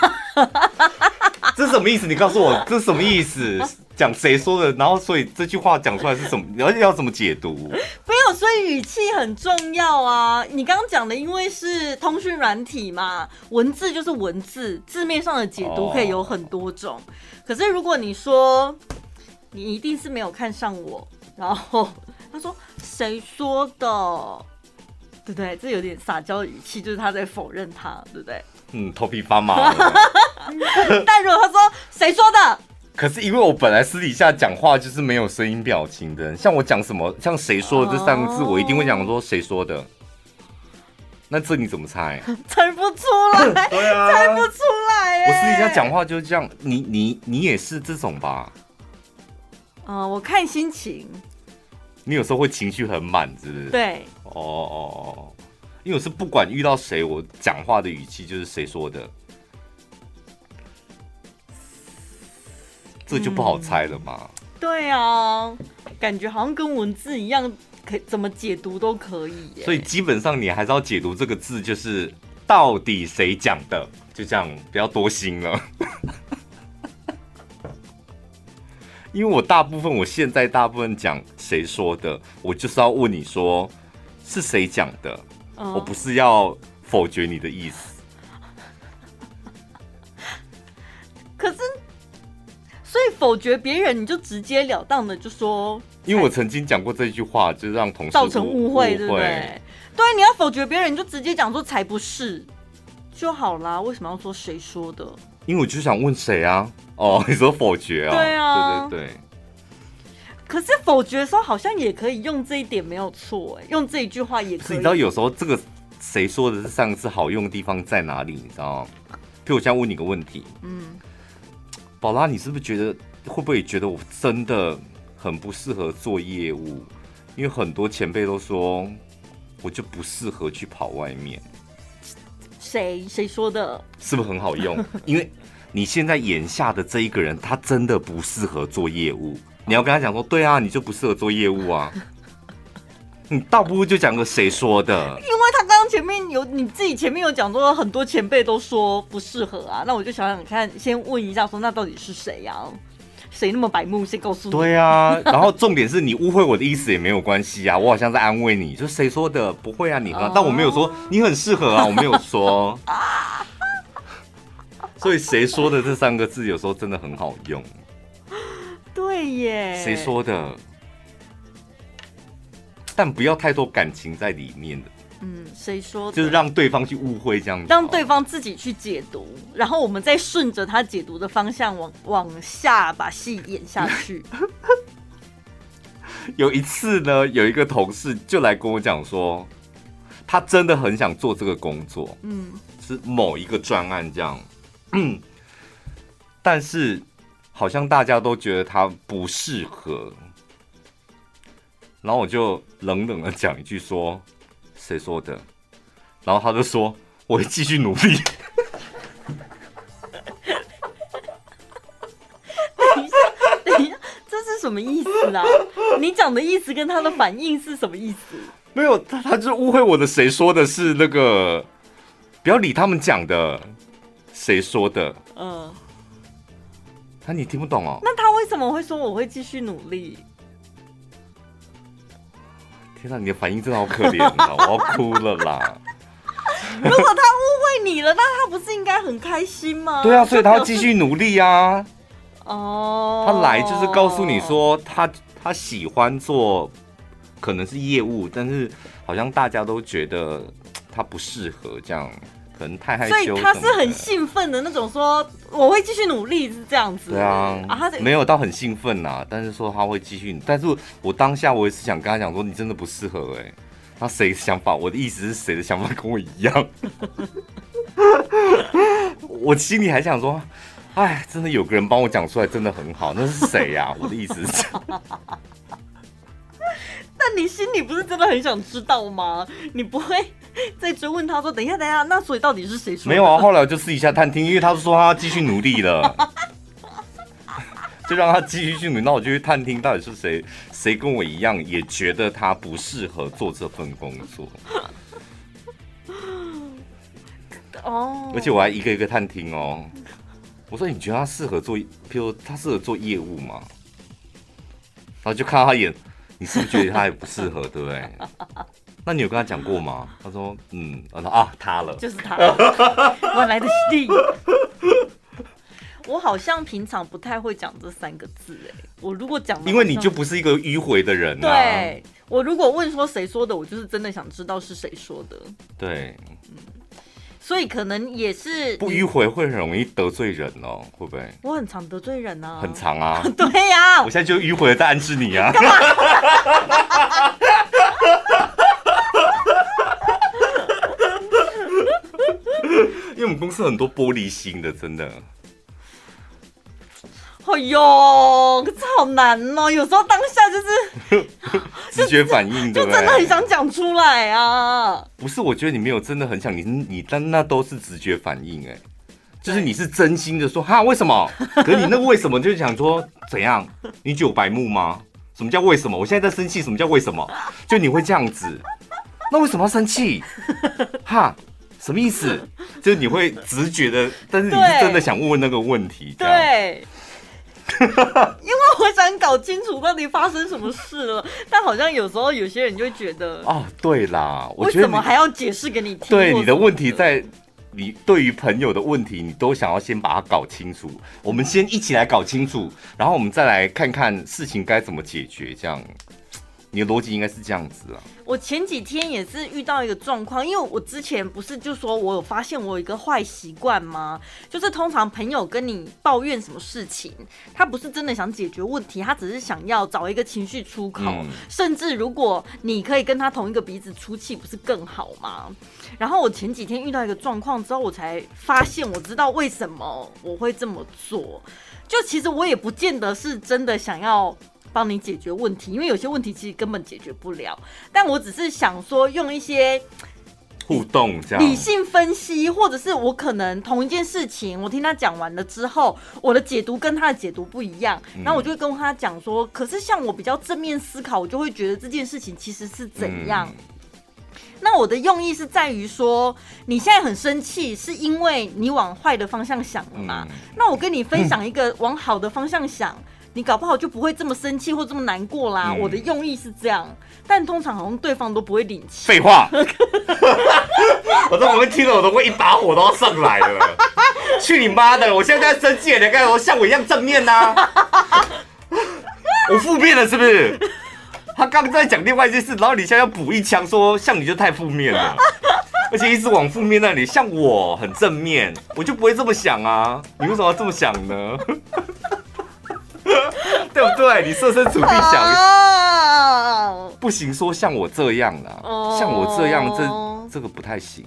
这是什么意思？你告诉我，这是什么意思？讲谁说的？然后所以这句话讲出来是什么？要怎么解读？ 没有，所以语气很重要啊。你刚刚讲的，因为是通讯软体嘛，文字就是文字，字面上的解读可以有很多种。可是如果你说你一定是没有看上我，然后他说谁说的，对不对？这有点撒娇的语气，就是他在否认他，对不对？ 头皮发麻了。 但如果他说谁说的？ 可是因为我本来私底下讲话就是没有声音表情的，像我讲什么，像谁说的这3个字，我一定会讲说谁说的。那这你怎么猜？ 猜不出来。对啊，猜不出来。 我私底下讲话就是这样，你也是这种吧？ 我看心情。 你有时候会情绪很满，是不是？ 对。 因为我是不管遇到谁，我讲话的语气就是谁说的。这就不好猜了嘛。 对啊，感觉好像跟文字一样，怎么解读都可以耶。 所以基本上你还是要解读这个字，就是到底谁讲的，就这样，不要多心了。因为我现在大部分讲谁说的，我就是要问你说是谁讲的，我不是要否决你的意思。 可是。所以否决别人，你就直截了当的就说， 因为我曾经讲过这句话，就让同事造成误会，对不对？对，你要否决别人，你就直接讲说才不是就好啦。为什么要说谁说的？ 因为我就想问谁啊？你说否决啊？ 对啊， 对。 可是否决的时候好像也可以用这一点，没有错哎，用这一句话也可以。 是你知道有时候这个谁说的这3个字好用的地方在哪里？你知道吗？譬如我现在问你个问题，宝拉，你是不是会不会觉得我真的很不适合做业务？因为很多前辈都说我就不适合去跑外面。 谁说的？是不是很好用？因为你现在眼下的这一个人，他真的不适合做业务。你要跟他讲说，对啊，你就不适合做业务啊。你倒不如就讲个谁说的， 因为他刚刚前面你自己前面有讲说很多前辈都说不适合啊，那我就想想看，先问一下说那到底是谁呀？谁那么白目？先告诉你。 对啊，然后重点是你误会我的意思也没有关系啊，我好像在安慰你，就谁说的？不会啊，你但我没有说你很适合啊，我没有说。所以谁说的这3个字有时候真的很好用。 对耶， 谁说的？但不要太多感情在里面的。 谁说的？ 就是让对方去误会这样子， 让对方自己去解读，然后我们再顺着他解读的方向往下把戏演下去。 有一次呢，有一个同事就来跟我讲说，他真的很想做这个工作，是某一个专案这样，但是好像大家都觉得他不适合，然后我就冷冷的讲一句说，谁说的？然后他就说我会继续努力。 等一下，这是什么意思啊？你讲的意思跟他的反应是什么意思？ 没有，他就误会我的。谁说的是那个？不要理他们讲的，谁说的？你听不懂哦。 那他为什么会说我会继续努力？ 天哪，你的反应真的好可怜啊！我要哭了啦。 如果他误会你了，那他不是应该很开心吗？ 对啊，所以他要继续努力啊。 哦， 他来就是告诉你说他喜欢做可能是业务，但是好像大家都觉得他不适合这样，可能太害羞。 所以他是很兴奋的那种，说我会继续努力，是这样子。 对啊，他没有到很兴奋呐，但是说他会继续。但是我当下我也是想跟他讲说，你真的不适合哎。那谁想法？我的意思是谁的想法跟我一样？我心里还想说，哎，真的有个人帮我讲出来，真的很好。那是谁呀？我的意思是。 但你心里不是真的很想知道吗？你不会再追问他说，等一下，那所以到底是谁说的？ 没有啊，后来我就私底下探听，因为他说他要继续努力了。就让他继续去努力，那我就去探听到底是谁跟我一样也觉得他不适合做这份工作。哦，而且我还一个一个探听哦。我说你觉得他适合做，譬如他适合做业务吗？然后就看到他眼，你是不是觉得他也不适合，对不对？那你有跟他讲过吗？他说我说他了， 就是他，我来的是我好像平常不太会讲这3个字哎，我如果讲， 因为你就不是一个迂回的人啊。 对，我如果问说谁说的，我就是真的想知道是谁说的。 对， 所以可能也是不迂回会很容易得罪人哦，会不会？ 我很常得罪人啊， 很常啊。 对呀， 我现在就迂回的在暗示你啊。因为我们公司很多玻璃心的，真的。 哎呦，可是好难哦！有时候当下就是直觉反应， 就真的很想讲出来啊。 不是，我觉得你没有真的很想，你但那都是直觉反应哎，就是你是真心的说哈为什么？可是你那个为什么就是想说怎样？你觉得我白目吗？什么叫为什么？我现在在生气，什么叫为什么？就你会这样子，那为什么要生气？哈？什么意思？就是你会直觉的，但是你是真的想问那个问题， 对。因为我想搞清楚到底发生什么事了，但好像有时候有些人就会觉得对啦，我觉得为什么还要解释给你听？ 对，你的问题在你对于朋友的问题，你都想要先把它搞清楚。我们先一起来搞清楚，然后我们再来看看事情该怎么解决。这样，你的逻辑应该是这样子啊。 我前几天也是遇到一个状况，因为我之前不是就说我有发现我有一个坏习惯吗？就是通常朋友跟你抱怨什么事情，他不是真的想解决问题，他只是想要找一个情绪出口，甚至如果你可以跟他同一个鼻子出气，不是更好吗？然后我前几天遇到一个状况之后，我才发现我知道为什么我会这么做。就其实我也不见得是真的想要帮你解决问题，因为有些问题其实根本解决不了。但我只是想说，用一些互动这样理性分析，或者是我可能同一件事情，我听他讲完了之后，我的解读跟他的解读不一样，然后我就会跟他讲说，可是像我比较正面思考，我就会觉得这件事情其实是怎样。那我的用意是在于说，你现在很生气，是因为你往坏的方向想了嘛？那我跟你分享一个往好的方向想。你搞不好就不会这么生气或这么难过啦。我的用意是这样，但通常好像对方都不会领情。 废话，我在旁边听了，我都会一把火都要上来了。去你妈的！我现在在生气，你干嘛像我一样正面啊？我负面了是不是？ 他刚在讲另外一件事，然后你现在要补一枪说像你就太负面了，而且一直往负面那里。像我很正面，我就不会这么想啊。你为什么要这么想呢？对不对？你设身处地想，不行，说像我这样啦，像我这样，这个不太行。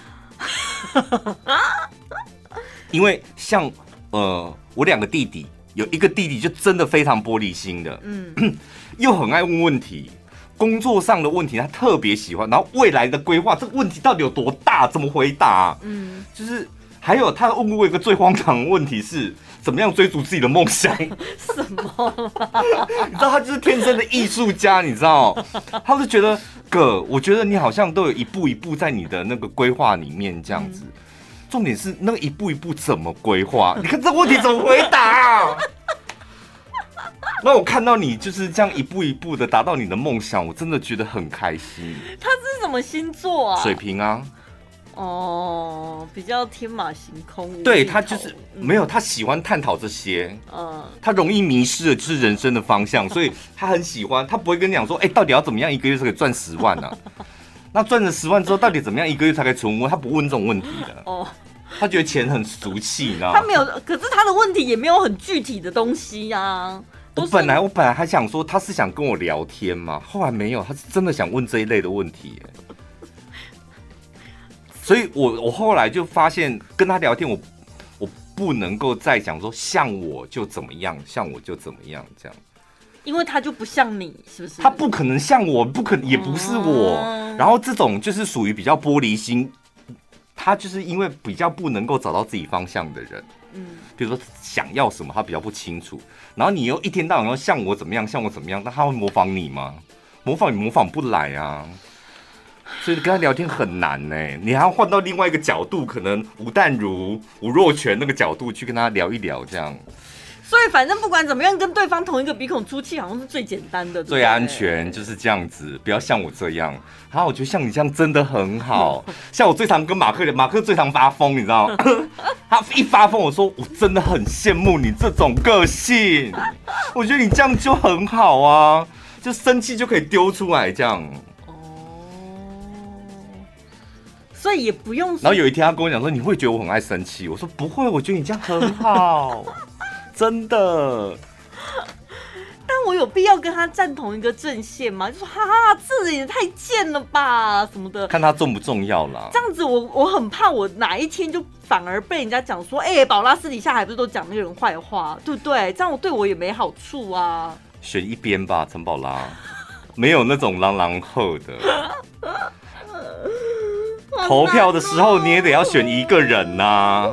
因为像我2个弟弟，有一个弟弟就真的非常玻璃心的，又很爱问问题，工作上的问题他特别喜欢，然后未来的规划，这个问题到底有多大，怎么回答？就是还有他问过一个最荒唐的问题是，怎么样追逐自己的梦想？ 什么啦？ 你知道他就是天生的艺术家，你知道？他就觉得哥，我觉得你好像都有一步一步在你的那个规划里面这样子。重点是那个一步一步怎么规划？你看这个问题怎么回答？那我看到你就是这样一步一步的达到你的梦想，我真的觉得很开心。 他是什么星座啊？ 水瓶啊。 哦，比较天马行空。 对，他就是没有，他喜欢探讨这些。他容易迷失的就是人生的方向，所以他很喜欢。他不会跟你讲说，到底要怎么样一个月才可以赚10万啊？那赚了10万之后，到底怎么样一个月才可以存活？他不问这种问题的。他觉得钱很俗气，你知道吗？ 他没有，可是他的问题也没有很具体的东西啊。 我本来还想说他是想跟我聊天嘛，后来没有，他是真的想问这一类的问题。所以我后来就发现跟他聊天，我不能够再讲说像我就怎么样，像我就怎么样这样。 因为他就不像你，是不是？ 他不可能像我，也不是我。然后这种就是属于比较玻璃心，他就是因为比较不能够找到自己方向的人。比如说想要什么，他比较不清楚。然后你又一天到晚要像我怎么样，像我怎么样，那他会模仿你吗？模仿不来啊。所以跟他聊天很难呢，你还要换到另外一个角度，可能吴淡如、吴若权那个角度去跟他聊一聊，这样。 所以反正不管怎么样，跟对方同一个鼻孔出气，好像是最简单的， 最安全，就是这样子。不要像我这样。然后我觉得像你这样真的很好。像我最常跟马克最常发疯，你知道吗？他一发疯，我说我真的很羡慕你这种个性。我觉得你这样就很好啊，就生气就可以丢出来这样。 所以也不用。 然后有一天他跟我讲说，你会觉得我很爱生气？我说不会，我觉得你这样很好，真的。 但我有必要跟他站同一个阵线吗？就说哈哈，这人也太贱了吧什么的。 看他重不重要啦。 这样子我很怕我哪一天就反而被人家讲说，宝拉私底下还不是都讲那个人坏话，对不对？这样对我也没好处啊。 选一边吧，陈宝拉，没有那种狼狼后的。投票的时候你也得要选一个人呐。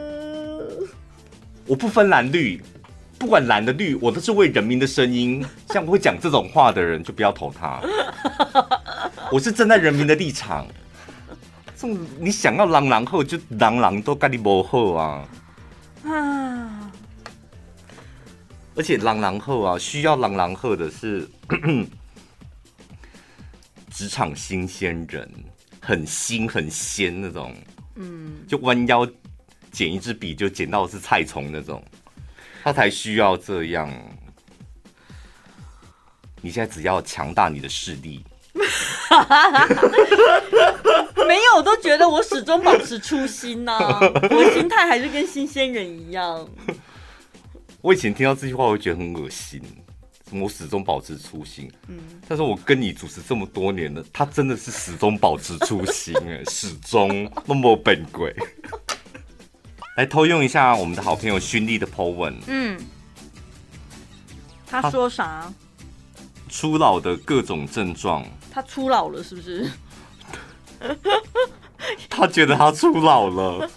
我不分蓝绿，不管蓝的绿，我都是为人民的声音。像会讲这种话的人，就不要投他。我是站在人民的立场。你想要狼狼后，就狼狼都跟你不好啊。而且狼狼后啊，需要狼狼后的是职场新鲜人。很新很鲜那种，就弯腰捡一支笔就捡到的是菜虫那种，他才需要这样。你现在只要强大你的势力， 没有，我都觉得我始终保持初心呐、我的心态还是跟新鲜人一样。 我以前听到这句话，我会觉得很恶心。我始终保持初心，但是我跟你主持这么多年了，他真的是始终保持初心，始终那么笨鬼。来偷用一下我们的好朋友勋丽的 po 文， 他说啥？ 初老的各种症状， 他初老了是不是？ 他觉得他初老了，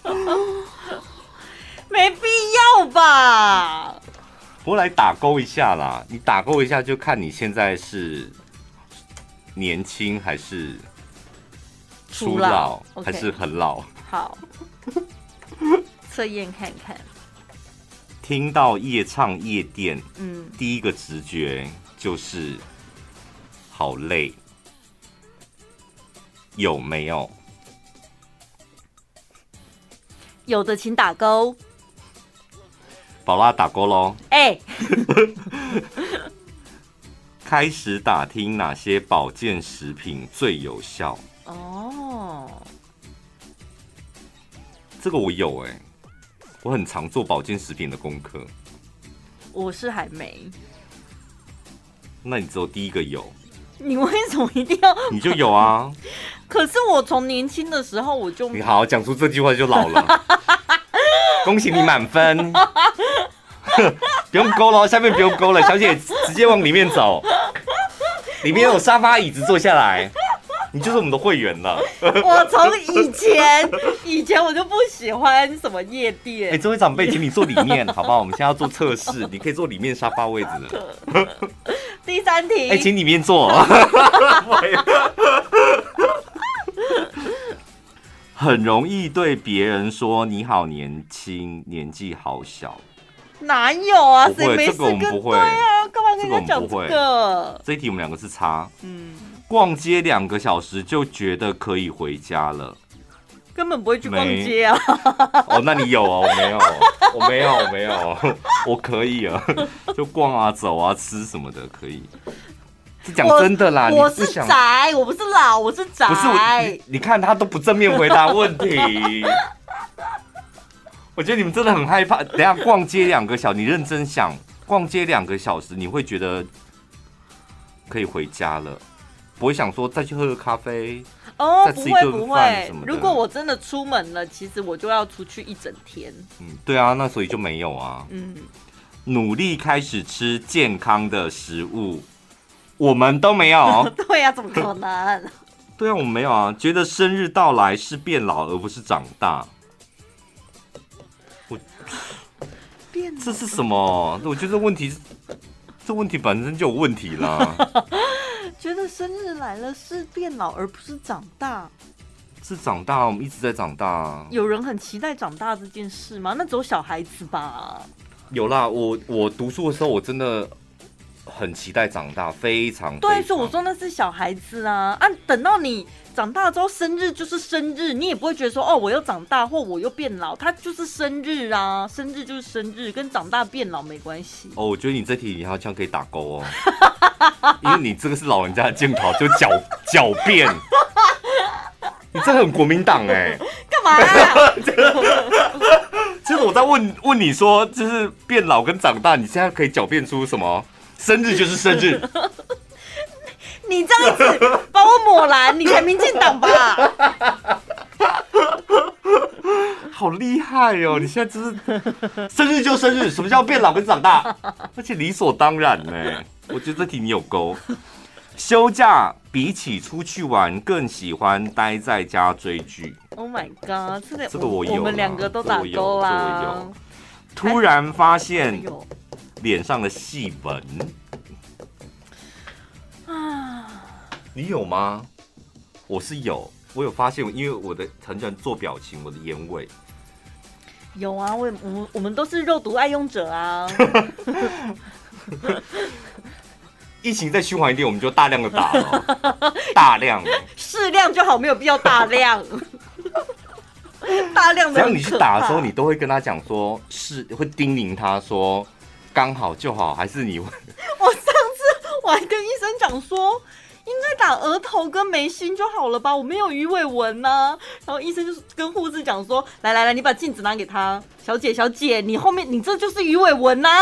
没必要吧？ 我来打勾一下啦，你打勾一下就看你现在是年轻还是初老，还是很老。 好，测验看看。 听到夜唱夜店，第一个直觉就是好累，有没有？ 有的请打勾。宝拉打勾咯。 开始打听哪些保健食品最有效。 哦， 这个我有我很常做保健食品的功课。 我是还没。 那你只有第一个有， 你为什么一定要？ 你就有啊。 可是我从年轻的时候我就…… 你好好讲出这句话就老了。恭喜你满分。不用勾了，下面不用勾了，小姐直接往里面走。里面有沙发椅子坐下来，你就是我们的会员了。 我从以前我就不喜欢什么夜店。 这位长辈，请你坐里面，好不好？我们现在要做测试，你可以坐里面沙发位置的。 第三题， 请里面坐。很容易对别人说你好年轻，年纪好小。 哪有啊？ 不会，这个我们不会。 对啊，干嘛跟人家讲这个？ 这一题我们两个是差。逛街2个小时就觉得可以回家了， 根本不会去逛街啊。 那你有哦？我没有，我可以啊，就逛啊、走啊、吃什么的可以。是讲真的啦， 我是宅，我不是老，我是宅。 不是你看他都不正面回答问题。我觉得你们真的很害怕。等一下逛街2个小时，你认真想，逛街2个小时，你会觉得可以回家了，不会想说再去喝个咖啡，再吃一顿饭什么的。 如果我真的出门了，其实我就要出去一整天。 对啊，那所以就没有啊。努力开始吃健康的食物，我们都没有。 对啊，怎么可能？ 对啊，我们没有啊。觉得生日到来是变老而不是长大。这是什么？我觉得这问题本身就有问题啦。 觉得生日来了是变老而不是长大， 是长大，我们一直在长大。 有人很期待长大这件事吗？那只有小孩子吧。 有啦，我读书的时候我真的很期待长大，非常对，所以我说那是小孩子啊。等到你长大之后，生日就是生日，你也不会觉得说我又长大或我又变老，它就是生日啊，生日就是生日，跟长大变老没关系。 我觉得你这题你好像可以打勾哦，因为你这个是老人家的检讨，就狡辩，你这很国民党干嘛啊？ 就是我在问你说，就是变老跟长大，你现在可以狡辩出什么？生日就是生日。 你这样子把我抹蓝，你才民进党吧？ 好厉害哦！你现在就是生日就生日，什么叫变老跟长大？而且理所当然呢。我觉得这题你有勾。休假比起出去玩，更喜欢待在家追剧。 Oh my god！ 这个我有， 我们2个都打勾啦。 突然发现脸上的细纹。你有吗？我是有，我有发现，因为我很喜欢做表情，我的眼尾有啊。我们都是肉毒爱用者啊。 疫情再趋缓一点，我们就大量的打了，大量， 适量就好，没有必要大量。大量的， 只要你去打的时候，你都会跟他讲说，会叮咛他说刚好就好，还是你？ 我上次我还跟医生讲说，应该打额头跟眉心就好了吧，我没有鱼尾纹啊。然后医生就跟护士讲说，来，你把镜子拿给他，小姐，你后面你这就是鱼尾纹啊。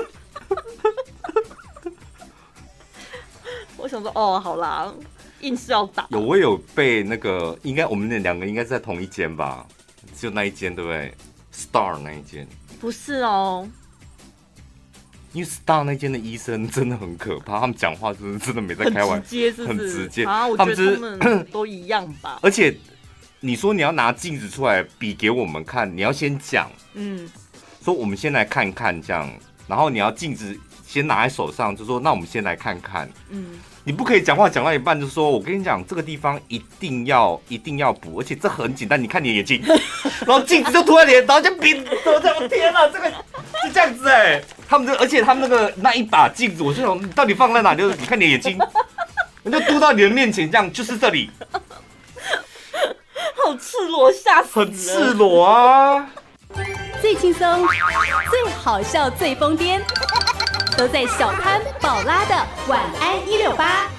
我想说，好啦，硬是要打。 我有被那个，应该我们2个应该是在同一间吧？就那一间对不对 ？Star 那一间不是哦。 因为 Star 那间的医生真的很可怕，他们讲话真的没在开玩笑，很直接啊！我觉得他们都一样吧。 而且你说你要拿镜子出来比给我们看，你要先讲，说我们先来看看这样，然后你要镜子先拿在手上，就说那我们先来看看，你不可以讲话讲到一半就说，我跟你讲这个地方一定要补，而且这很简单，你看你的眼睛，然后镜子就涂在脸，然后就比，我天啊，这个是这样子而且他们那一把镜子，我就想你到底放在哪？就是你看你的眼睛，我就嘟到你的面前，这样就是这里， 好赤裸，吓死人！ 很赤裸啊！ 最轻松、最好笑、最疯癫， 都在小潘宝拉的晚安168。